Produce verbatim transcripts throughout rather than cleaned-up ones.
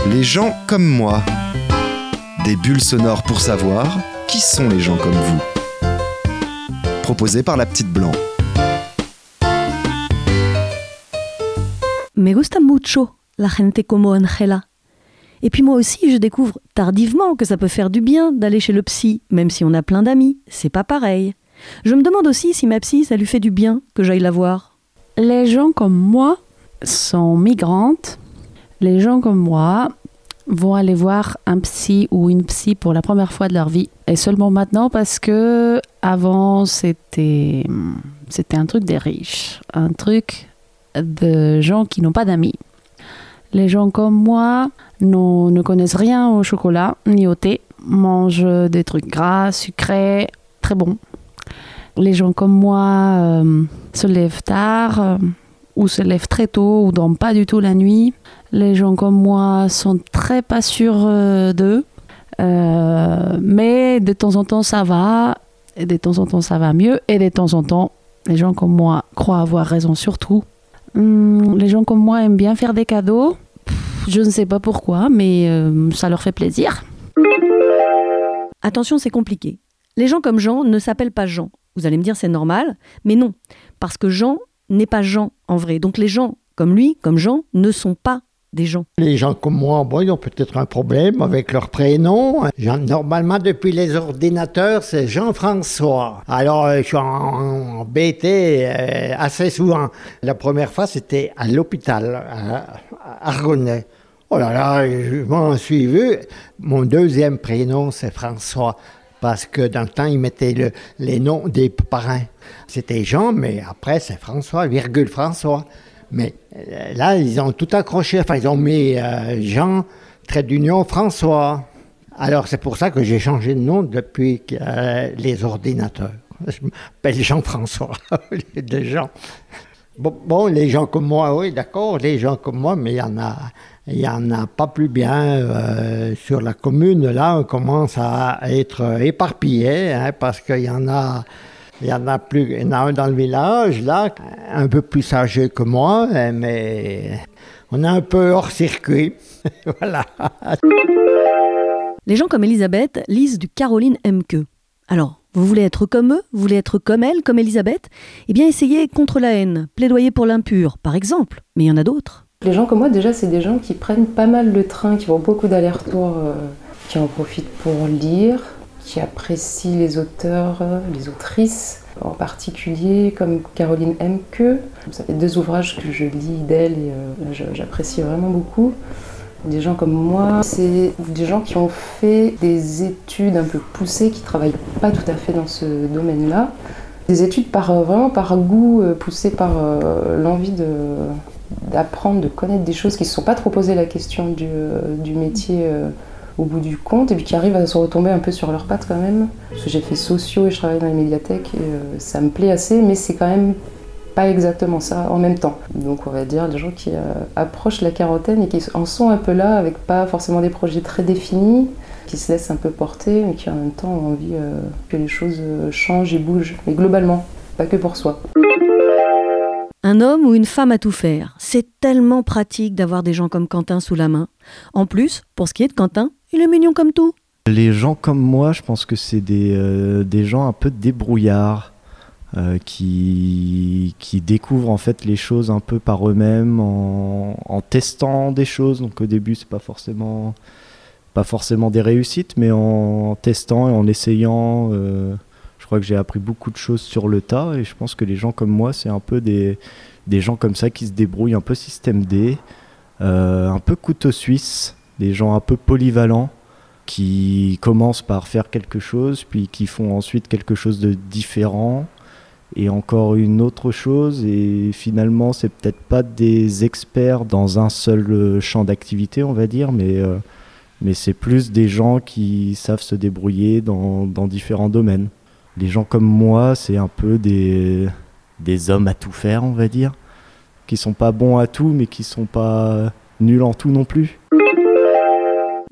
Les gens comme moi. Des bulles sonores pour savoir qui sont les gens comme vous. Proposé par la petite Blanc. Me gusta mucho la gente como Angela. Et puis moi aussi, je découvre tardivement que ça peut faire du bien d'aller chez le psy, même si on a plein d'amis. C'est pas pareil. Je me demande aussi si ma psy, ça lui fait du bien que j'aille la voir. Les gens comme moi sont migrantes. Les gens comme moi vont aller voir un psy ou une psy pour la première fois de leur vie. Et seulement maintenant parce que avant c'était, c'était un truc des riches. Un truc de gens qui n'ont pas d'amis. Les gens comme moi non, ne connaissent rien au chocolat ni au thé, mangent des trucs gras, sucrés, très bons. Les gens comme moi euh, se lèvent tard euh, ou se lèvent très tôt ou dorment pas du tout la nuit. Les gens comme moi sont très pas sûrs euh, d'eux, euh, mais de temps en temps ça va, et de temps en temps ça va mieux, et de temps en temps les gens comme moi croient avoir raison sur tout. Hum, les gens comme moi aiment bien faire des cadeaux. Je ne sais pas pourquoi, mais euh, ça leur fait plaisir. Attention, c'est compliqué. Les gens comme Jean ne s'appellent pas Jean. Vous allez me dire c'est normal, mais non. Parce que Jean n'est pas Jean en vrai. Donc les gens comme lui, comme Jean, ne sont pas des gens. Les gens comme moi, bon, ils ont peut-être un problème avec leur prénom. Normalement, depuis les ordinateurs, c'est Jean-François. Alors, je suis embêté euh, assez souvent. La première fois, c'était à l'hôpital, à Argonnet. Oh là là, je m'en suis vu. Mon deuxième prénom, c'est François. Parce que dans le temps, ils mettaient le, les noms des parrains. C'était Jean, mais après, c'est François, virgule François. Mais là, ils ont tout accroché. Enfin, ils ont mis euh, Jean, trait d'union, François. Alors, c'est pour ça que j'ai changé de nom depuis euh, les ordinateurs. Je m'appelle Jean-François, au lieu de Jean. Bon, bon, les gens comme moi, oui, d'accord, les gens comme moi, mais il y en a, il y en a pas plus bien euh, sur la commune. Là, on commence à être éparpillé, hein, parce qu'il y en a... Il y en a plus, il y en a un dans le village, là, un peu plus âgé que moi, mais on est un peu hors circuit. Voilà. Les gens comme Elisabeth lisent du Caroline Emke. Alors, vous voulez être comme eux? Vous voulez être comme elle, comme Elisabeth? Eh bien, essayez Contre la haine, plaidoyer pour l'impur, par exemple. Mais il y en a d'autres. Les gens comme moi, déjà, c'est des gens qui prennent pas mal le train, qui font beaucoup d'allers-retours, euh, qui en profitent pour lire, qui apprécient les auteurs, les autrices, en particulier comme Caroline Emke. Ça fait deux ouvrages que je lis d'elle et euh, j'apprécie vraiment beaucoup. Des gens comme moi, c'est des gens qui ont fait des études un peu poussées, qui ne travaillent pas tout à fait dans ce domaine-là. Des études par, vraiment par goût, poussées par euh, l'envie de, d'apprendre, de connaître des choses, qui ne se sont pas trop posé la question du, du métier euh, au bout du compte, et puis qui arrivent à se retomber un peu sur leurs pattes quand même. Parce que j'ai fait sociaux et je travaille dans les médiathèques, et euh, ça me plaît assez, mais c'est quand même pas exactement ça en même temps. Donc on va dire des gens qui euh, approchent la quarantaine et qui en sont un peu là, avec pas forcément des projets très définis, qui se laissent un peu porter, mais qui en même temps ont envie euh, que les choses euh, changent et bougent, mais globalement, pas que pour soi. Un homme ou une femme à tout faire. C'est tellement pratique d'avoir des gens comme Quentin sous la main. En plus, pour ce qui est de Quentin, il est mignon comme tout. Les gens comme moi, je pense que c'est des, euh, des gens un peu débrouillards, euh, qui, qui découvrent en fait les choses un peu par eux-mêmes, en, en testant des choses. Donc au début, c'est pas forcément, pas forcément des réussites, mais en testant et en essayant... Euh, Je crois que j'ai appris beaucoup de choses sur le tas et je pense que les gens comme moi, c'est un peu des, des gens comme ça qui se débrouillent un peu système D, euh, un peu couteau suisse, des gens un peu polyvalents qui commencent par faire quelque chose, puis qui font ensuite quelque chose de différent et encore une autre chose, et finalement c'est peut-être pas des experts dans un seul champ d'activité, on va dire, mais, euh, mais c'est plus des gens qui savent se débrouiller dans, dans différents domaines. Les gens comme moi, c'est un peu des, des hommes à tout faire, on va dire, qui sont pas bons à tout, mais qui sont pas nuls en tout non plus.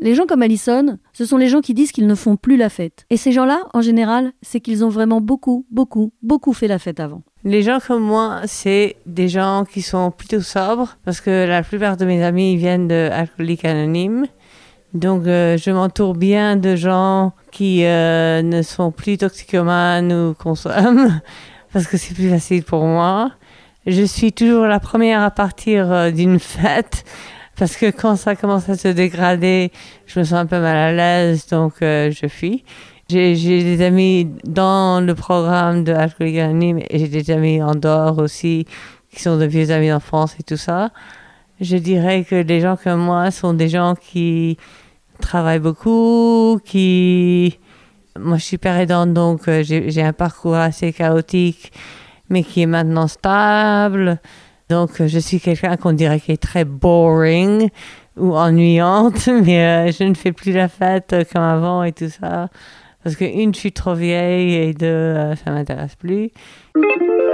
Les gens comme Alison, ce sont les gens qui disent qu'ils ne font plus la fête. Et ces gens-là, en général, c'est qu'ils ont vraiment beaucoup, beaucoup, beaucoup fait la fête avant. Les gens comme moi, c'est des gens qui sont plutôt sobres, parce que la plupart de mes amis viennent de Alcooliques Anonymes. Donc, euh, je m'entoure bien de gens qui euh, ne sont plus toxicomanes ou consomment, parce que c'est plus facile pour moi. Je suis toujours la première à partir euh, d'une fête, parce que quand ça commence à se dégrader, je me sens un peu mal à l'aise, donc euh, je fuis. J'ai, j'ai des amis dans le programme de Alcooliques Anonymes et j'ai des amis en dehors aussi, qui sont de vieux amis d'enfance et tout ça. Je dirais que les gens comme moi sont des gens qui travaillent beaucoup, qui... Moi, je suis père aidante, donc euh, j'ai, j'ai un parcours assez chaotique, mais qui est maintenant stable. Donc, euh, je suis quelqu'un qu'on dirait qui est très boring ou ennuyante, mais euh, je ne fais plus la fête comme avant et tout ça. Parce que, une, je suis trop vieille et deux, euh, ça ne m'intéresse plus.